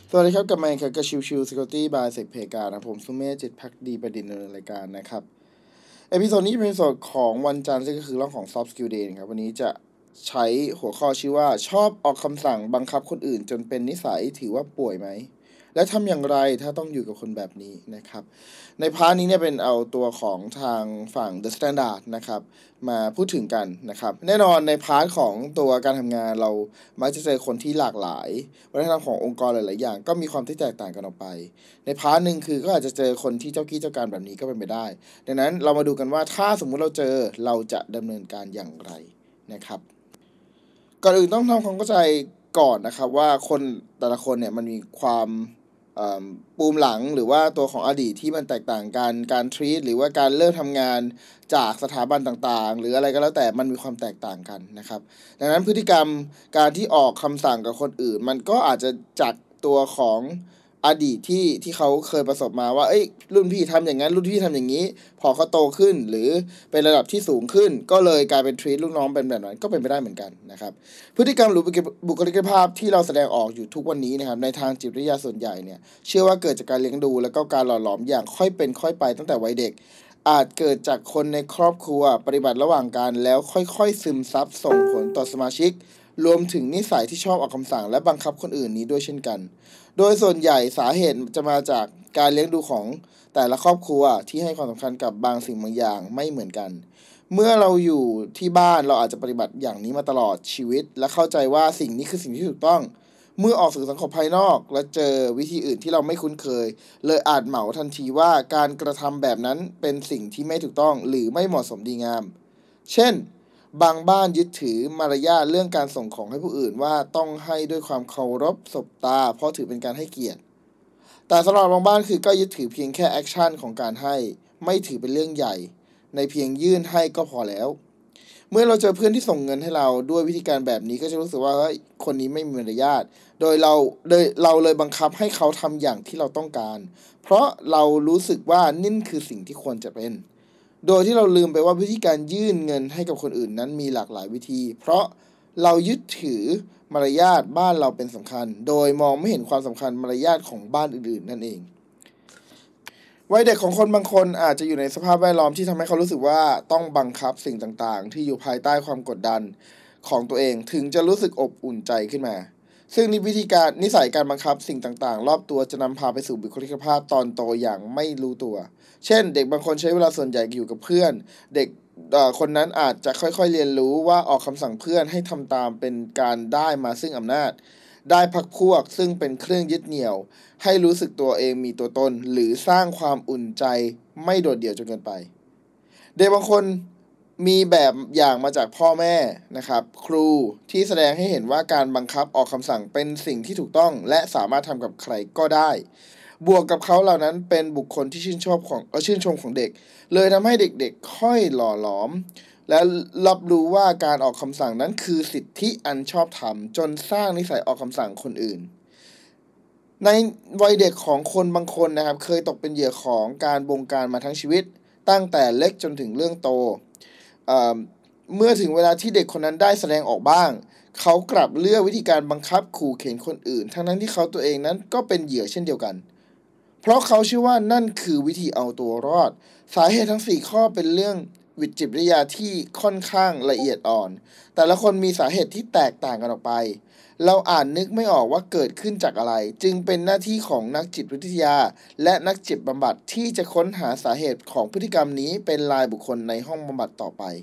สวัสดีครับกับไมค์ครับกับชิว Security by เซกเพกานะผมสุเมธจิตภักดีประดิษฐ์ในรายการนะครับเอพิโซดนี้เป็นเอพิโซดของวันจันทร์ซึ่งก็คือเรื่องของ Soft Skill Day นะครับวันนี้จะใช้หัวข้อชื่อว่าชอบออกคำสั่งบังคับคนอื่นจนเป็นนิสัยถือว่าป่วยไหมและทำอย่างไรถ้าต้องอยู่กับคนแบบนี้นะครับในพาร์ทนี้เนี่ยเป็นเอาตัวของทางฝั่ง The Standard นะครับมาพูดถึงกันนะครับแน่นอนในพาร์ทของตัวการทำงานเรามักจะเจอคนที่หลากหลายวัฒนธรรมขององค์กรหลายๆอย่างก็มีความที่แตกต่างกันออกไปในพาร์ทหนึ่งคือก็อาจจะเจอคนที่เจ้ากี้เจ้าการแบบนี้ก็เป็นไปได้ดังนั้นเรามาดูกันว่าถ้าสมมุติเราเจอเราจะดำเนินการอย่างไรนะครับก่อนอื่นต้องทำความเข้าใจก่อนนะครับว่าคนแต่ละคนเนี่ยมันมีความปูมหลังหรือว่าตัวของอดีตที่มันแตกต่างกันการทรีตหรือว่าการเริ่มทำงานจากสถาบันต่างๆหรืออะไรก็แล้วแต่มันมีความแตกต่างกันนะครับดังนั้นพฤติกรรมการที่ออกคำสั่งกับคนอื่นมันก็อาจจะจากตัวของอดีตที่เขาเคยประสบมาว่ารุ่นพี่ทำอย่างนั้นรุ่นพี่ทำอย่างนี้พอเขาโตขึ้นหรือเป็นระดับที่สูงขึ้นก็เลยกลายเป็นทรีตลูกน้องเป็นแบบนั้นก็เป็นไปได้เหมือนกันนะครับพฤติกรรมหรือบุคลิกภาพที่เราแสดงออกอยู่ทุกวันนี้นะครับในทางจิตวิทยาส่วนใหญ่เนี่ยเชื่อว่าเกิดจากการเลี้ยงดูและก็การหล่อหลอมอย่างค่อยเป็นค่อยไปตั้งแต่วัยเด็กอาจเกิดจากคนในครอบครัวปฏิบัติระหว่างกันแล้วค่อยๆซึมซับส่งผลต่อสมาชิกรวมถึงนิสัยที่ชอบออกคำสั่งและบังคับคนอื่นนี้ด้วยเช่นกันโดยส่วนใหญ่สาเหตุจะมาจากการเลี้ยงดูของแต่ละครอบครัวที่ให้ความสำคัญกับบางสิ่งบางอย่างไม่เหมือนกันเมื่อเราอยู่ที่บ้านเราอาจจะปฏิบัติอย่างนี้มาตลอดชีวิตและเข้าใจว่าสิ่งนี้คือสิ่งที่ถูกต้องเมื่อออกสู่สังคมภายนอกและเจอวิธีอื่นที่เราไม่คุ้นเคยเลยอาจเหมาทันทีว่าการกระทำแบบนั้นเป็นสิ่งที่ไม่ถูกต้องหรือไม่เหมาะสมดีงามเช่นบางบ้านยึดถือมารยาทเรื่องการส่งของให้ผู้อื่นว่าต้องให้ด้วยความเคารพสบตาเพราะถือเป็นการให้เกียรติแต่สำหรับบางบ้านคือก็ยึดถือเพียงแค่แอคชั่นของการให้ไม่ถือเป็นเรื่องใหญ่ในเพียงยื่นให้ก็พอแล้วเมื่อเราเจอเพื่อนที่ส่งเงินให้เราด้วยวิธีการแบบนี้ก็จะรู้สึกว่าเฮ้ยคนนี้ไม่มีมารยาทโดยเราเลยบังคับให้เขาทำอย่างที่เราต้องการเพราะเรารู้สึกว่านี่คือสิ่งที่ควรจะเป็นโดยที่เราลืมไปว่าวิธีการยื่นเงินให้กับคนอื่นนั้นมีหลากหลายวิธีเพราะเรายึดถือมารยาทบ้านเราเป็นสำคัญโดยมองไม่เห็นความสำคัญมารยาทของบ้านอื่นๆนั่นเองวัยเด็กของคนบางคนอาจจะอยู่ในสภาพแวดล้อมที่ทำให้เขารู้สึกว่าต้องบังคับสิ่งต่างๆที่อยู่ภายใต้ความกดดันของตัวเองถึงจะรู้สึกอบอุ่นใจขึ้นมาซึ่งวิธีการนิสัยการบังคับสิ่งต่างๆรอบตัวจะนำพาไปสู่บุคลิกภาพตอนโตอย่างไม่รู้ตัวเช่นเด็กบางคนใช้เวลาส่วนใหญ่อยู่กับเพื่อนเด็กคนนั้นอาจจะค่อยๆเรียนรู้ว่าออกคำสั่งเพื่อนให้ทำตามเป็นการได้มาซึ่งอำนาจได้พรรคพวกซึ่งเป็นเครื่องยึดเหนี่ยวให้รู้สึกตัวเองมีตัวตนหรือสร้างความอุ่นใจไม่โดดเดี่ยวจนเกินไปเด็กบางคนมีแบบอย่างมาจากพ่อแม่นะครับครูที่แสดงให้เห็นว่าการบังคับออกคำสั่งเป็นสิ่งที่ถูกต้องและสามารถทำกับใครก็ได้บวกกับเขาเหล่านั้นเป็นบุคคลที่ชื่นชมของเด็กเลยทำให้เด็กๆค่อยหล่อหลอมและรับรู้ว่าการออกคำสั่งนั้นคือสิทธิอันชอบธรรมจนสร้างนิสัยออกคำสั่งคนอื่นในวัยเด็กของคนบางคนนะครับเคยตกเป็นเหยื่อของการบงการมาทั้งชีวิตตั้งแต่เล็กจนถึงเรื่องโตเอ่อเมื่อถึงเวลาที่เด็กคนนั้นได้แสดงออกบ้างเขากลับเลือกวิธีการบังคับขู่เข็นคนอื่นทั้งที่เขาตัวเองนั้นก็เป็นเหยื่อเช่นเดียวกันเพราะเขาเชื่อว่านั่นคือวิธีเอาตัวรอดสาเหตุทั้ง4ข้อเป็นเรื่องวิจิตรวิทยาที่ค่อนข้างละเอียดอ่อนแต่ละคนมีสาเหตุที่แตกต่างกันออกไปเราอ่านนึกไม่ออกว่าเกิดขึ้นจากอะไรจึงเป็นหน้าที่ของนักจิตวิทยาและนักจิตบำบัดที่จะค้นหาสาเหตุของพฤติกรรมนี้เป็นรายบุคคลในห้องบำบัดต่อไป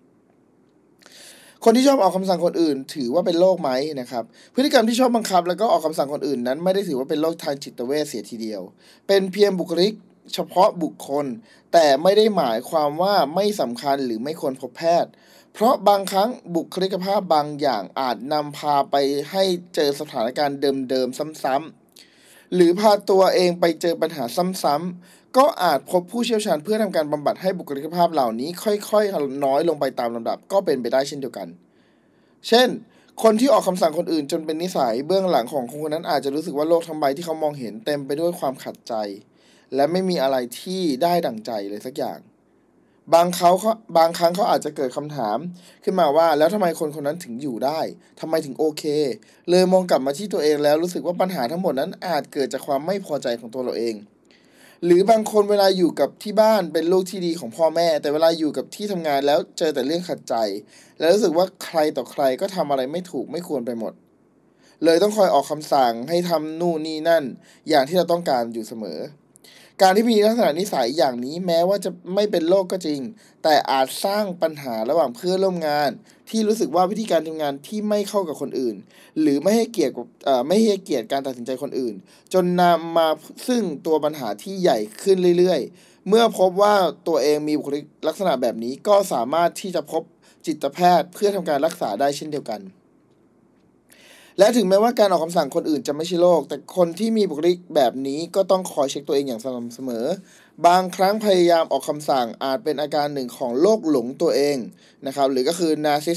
คนที่ชอบออกคำสั่งคนอื่นถือว่าเป็นโรคไหมนะครับพฤติกรรมที่ชอบบังคับแล้วก็ออกคำสั่งคนอื่นนั้นไม่ได้ถือว่าเป็นโรคทางจิตเวชเสียทีเดียวเป็นเพียงบุคลิกเฉพาะบุคคลแต่ไม่ได้หมายความว่าไม่สำคัญหรือไม่ควรพบแพทย์เพราะบางครั้งบุคลิกภาพบางอย่างอาจนำพาไปให้เจอสถานการณ์เดิมๆซ้ำๆหรือพาตัวเองไปเจอปัญหาซ้ำๆก็อาจพบผู้เชี่ยวชาญเพื่อทำการบำบัดให้บุคลิกภาพเหล่านี้ค่อยๆน้อยลงไปตามลำดับก็เป็นไปได้เช่นเดียวกัน เช่น คนที่ออกคำสั่งคนอื่นจนเป็นนิสัยเบื้องหลังของคนคนนั้นอาจจะรู้สึกว่าโลกทั้งใบที่เขามองเห็นเต็มไปด้วยความขัดใจและไม่มีอะไรที่ได้ดั่งใจเลยสักอย่างบางครั้งเขาอาจจะเกิดคำถามขึ้นมาว่าแล้วทำไมคนคนนั้นถึงอยู่ได้ทำไมถึงโอเคเลยมองกลับมาที่ตัวเองแล้วรู้สึกว่าปัญหาทั้งหมดนั้นอาจเกิดจากความไม่พอใจของตัวเราเองหรือบางคนเวลาอยู่กับที่บ้านเป็นลูกที่ดีของพ่อแม่แต่เวลาอยู่กับที่ทำงานแล้วเจอแต่เรื่องขัดใจแล้วรู้สึกว่าใครต่อใครก็ทำอะไรไม่ถูกไม่ควรไปหมดเลยต้องคอยออกคำสั่งให้ทำนู่นนี่นั่นอย่างที่เราต้องการอยู่เสมอ การที่มีลักษณะนิสัยอย่างนี้แม้ว่าจะไม่เป็นโรคก็จริงแต่อาจสร้างปัญหาระหว่างเพื่อนร่วมงานที่รู้สึกว่าวิธีการทำงานที่ไม่เข้ากับคนอื่นหรือไม่ให้เกียรติการตัดสินใจคนอื่นจนนำมาซึ่งตัวปัญหาที่ใหญ่ขึ้นเรื่อยๆเมื่อพบว่าตัวเองมีบุคลิกลักษณะแบบนี้ก็สามารถที่จะพบจิตแพทย์เพื่อทำการรักษาได้เช่นเดียวกัน และถึงแม้ว่าการออกคำสั่งคนอื่นจะไม่ใช่โรคแต่คนที่มีบุคลิกแบบนี้ก็ต้องคอยเช็คตัวเองอย่างสม่ำเสมอบางครั้งพยายามออกคำสั่งอาจเป็นอาการหนึ่งของโรคหลงตัวเองนะครับหรือก็คือ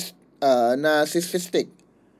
narcissistic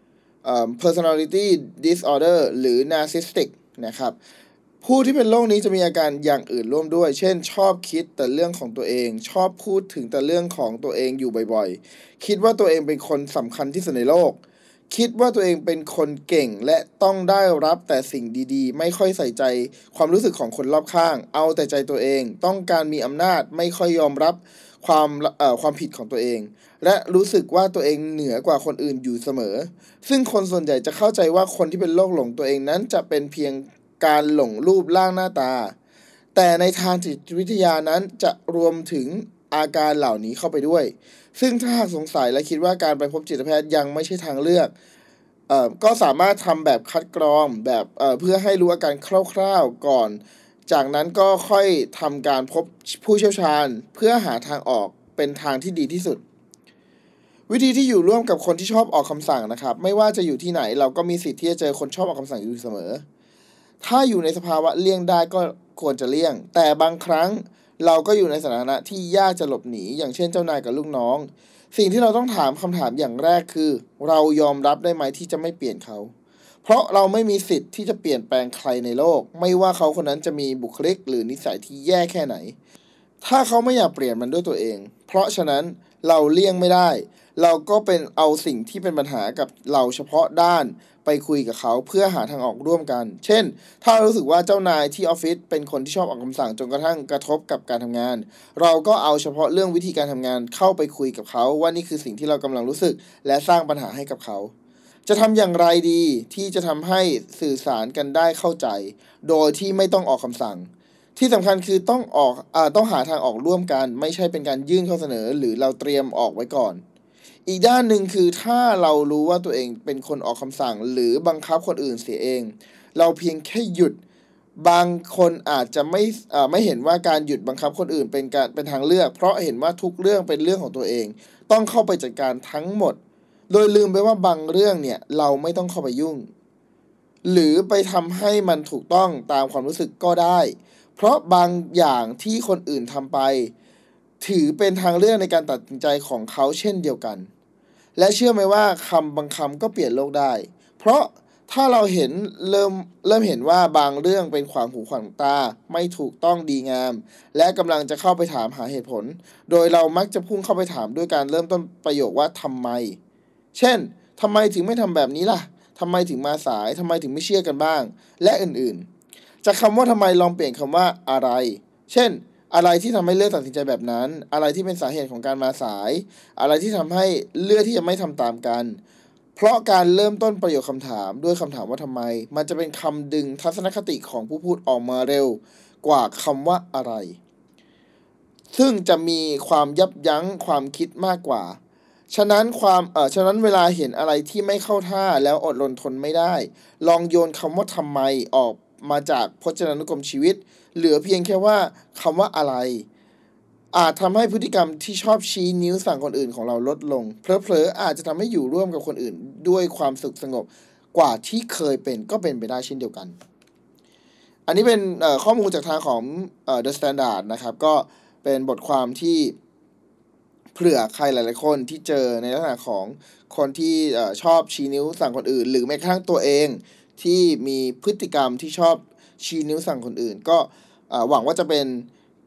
personality disorder หรือ narcissistic นะครับผู้ที่เป็นโรคนี้จะมีอาการอย่างอื่นร่วมด้วยเช่นชอบคิดแต่เรื่องของตัวเองชอบพูดถึงแต่เรื่องของตัวเองอยู่บ่อยๆคิดว่าตัวเองเป็นคนสำคัญที่สุดในโลก คิดว่าตัวเองเป็นคนเก่งและต้องได้รับแต่สิ่งดีๆไม่ค่อยใส่ใจความรู้สึกของคนรอบข้างเอาแต่ใจตัวเองต้องการมีอำนาจไม่ค่อยยอมรับความผิดของตัวเองและรู้สึกว่าตัวเองเหนือกว่าคนอื่นอยู่เสมอซึ่งคนส่วนใหญ่จะเข้าใจว่าคนที่เป็นโรคหลงตัวเองนั้นจะเป็นเพียงการหลงรูปร่างหน้าตาแต่ในทางจิตวิทยานั้นจะรวมถึงอาการเหล่านี้เข้าไปด้วย ซึ่งถ้าหากสงสัยและคิดว่าการไปพบจิตแพทย์ยังไม่ใช่ทางเลือกก็สามารถทำแบบคัดกรองแบบเพื่อให้รู้อาการคร่าวๆก่อนจากนั้นก็ค่อยทำการพบผู้เชี่ยวชาญเพื่อหาทางออกเป็นทางที่ดีที่สุดวิธีที่อยู่ร่วมกับคนที่ชอบออกคำสั่งนะครับไม่ว่าจะอยู่ที่ไหนเราก็มีสิทธิ์ที่จะเจอคนชอบออกคำสั่งอยู่เสมอ ถ้าอยู่ในสภาวะเลี่ยงได้ก็ควรจะเลี่ยงแต่บางครั้งเราก็อยู่ในสถานะที่ยากจะหลบหนีอย่างเช่นเจ้านายกับลูกน้องสิ่งที่เราต้องถามคำถามอย่างแรกคือเรายอมรับได้ไหมที่จะไม่เปลี่ยนเขาเพราะเราไม่มีสิทธิ์ที่จะเปลี่ยนแปลงใครในโลกไม่ว่าเขาคนนั้นจะมีบุคลิกหรือนิสัยที่แย่แค่ไหน ถ้าเขาไม่อยากเปลี่ยนมันด้วยตัวเอง เพราะฉะนั้นเราเลี่ยงไม่ได้ เราก็เป็นเอาสิ่งที่เป็นปัญหากับเราเฉพาะด้านไปคุยกับเขาเพื่อหาทางออกร่วมกัน เช่น ถ้าเรารู้สึกว่าเจ้านายที่ออฟฟิศเป็นคนที่ชอบออกคำสั่งจนกระทั่งกระทบกับการทำงาน เราก็เอาเฉพาะเรื่องวิธีการทำงานเข้าไปคุยกับเขาว่านี่คือสิ่งที่เรากำลังรู้สึกและสร้างปัญหาให้กับเขา จะทำอย่างไรดีที่จะทำให้สื่อสารกันได้เข้าใจโดยที่ไม่ต้องออกคำสั่ง ที่สำคัญคือต้องหาทางออกร่วมกันไม่ใช่เป็นการยื่นข้อเสนอหรือเราเตรียมออกไว้ก่อนอีกด้านหนึ่งคือถ้าเรารู้ว่าตัวเองเป็นคนออกคำสั่งหรือบังคับคนอื่นเสียเองเราเพียงแค่หยุดบางคนอาจจะไม่เห็นว่าการหยุดบังคับคนอื่นเป็นทางเลือกเพราะเห็นว่าทุกเรื่องเป็นเรื่องของตัวเองต้องเข้าไปจัดการทั้งหมดโดยลืมไปว่าบางเรื่องเนี่ยเราไม่ต้องเข้าไปยุ่งหรือไปทำให้มันถูกต้องตามความรู้สึกก็ได้ เพราะบางอย่างที่คนอื่นทำไปถือเป็นทางเลือกในการตัดสินใจของเขาเช่นเดียวกันและเชื่อไหมว่าคำบางคำก็เปลี่ยนโลกได้เพราะถ้าเราเริ่มเห็นว่าบางเรื่องเป็นขวางหูขวางตาไม่ถูกต้องดีงามและกำลังจะเข้าไปถามหาเหตุผลโดยเรามักจะพุ่งเข้าไปถามด้วยการเริ่มต้นประโยคว่าทำไมเช่นทำไมถึงไม่ทำแบบนี้ล่ะทำไมถึงมาสายทำไมถึงไม่เชื่อกันบ้างและอื่นๆ จากคำว่าทำไมลองเปลี่ยนคำว่าอะไร เช่น อะไรที่ทำให้เลือกตัดสินใจแบบนั้น อะไรที่เป็นสาเหตุของการมาสาย อะไรที่ทำให้เลือกที่จะไม่ทำตามกัน เพราะการเริ่มต้นประโยคคำถามด้วยคำถามว่าทำไม มันจะเป็นคำดึงทัศนคติของผู้พูดออกมาเร็วกว่าคำว่าอะไร ซึ่งจะมีความยับยั้งความคิดมากกว่า ฉะนั้นเวลาเห็นอะไรที่ไม่เข้าท่าแล้วอดรนทนไม่ได้ ลองโยนคำว่าทำไมออกมาจากพจนานุกรมชีวิต เหลือเพียงแค่ว่าคำว่าอะไร อาจทำให้พฤติกรรมที่ชอบชี้นิ้วสั่งคนอื่นของเราลดลง เพลอๆอาจจะทำให้อยู่ร่วมกับคนอื่นด้วยความสุขสงบกว่าที่เคยเป็นก็เป็นไปได้เช่นเดียวกัน อันนี้เป็นข้อมูลจากทางของThe Standard นะครับก็เป็นบทความที่เผื่อใครหลายๆคนที่เจอในลักษณะของคนที่ชอบชี้นิ้วสั่งคนอื่นหรือแม้กระทั่งตัวเองที่มีพฤติกรรมที่ชอบชี้นิ้วสั่งคนอื่นก็หวังว่าจะเป็น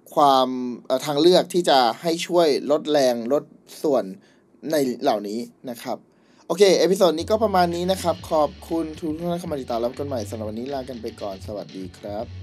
ความทางเลือกที่จะให้ช่วยลดแรงลดส่วนในเหล่านี้นะครับโอเคเอพิโซดนี้ก็ประมาณนี้นะครับขอบคุณทุกท่านที่เข้ามาติดตามรับกันใหม่สำหรับวันนี้ลากันไปก่อนสวัสดีครับ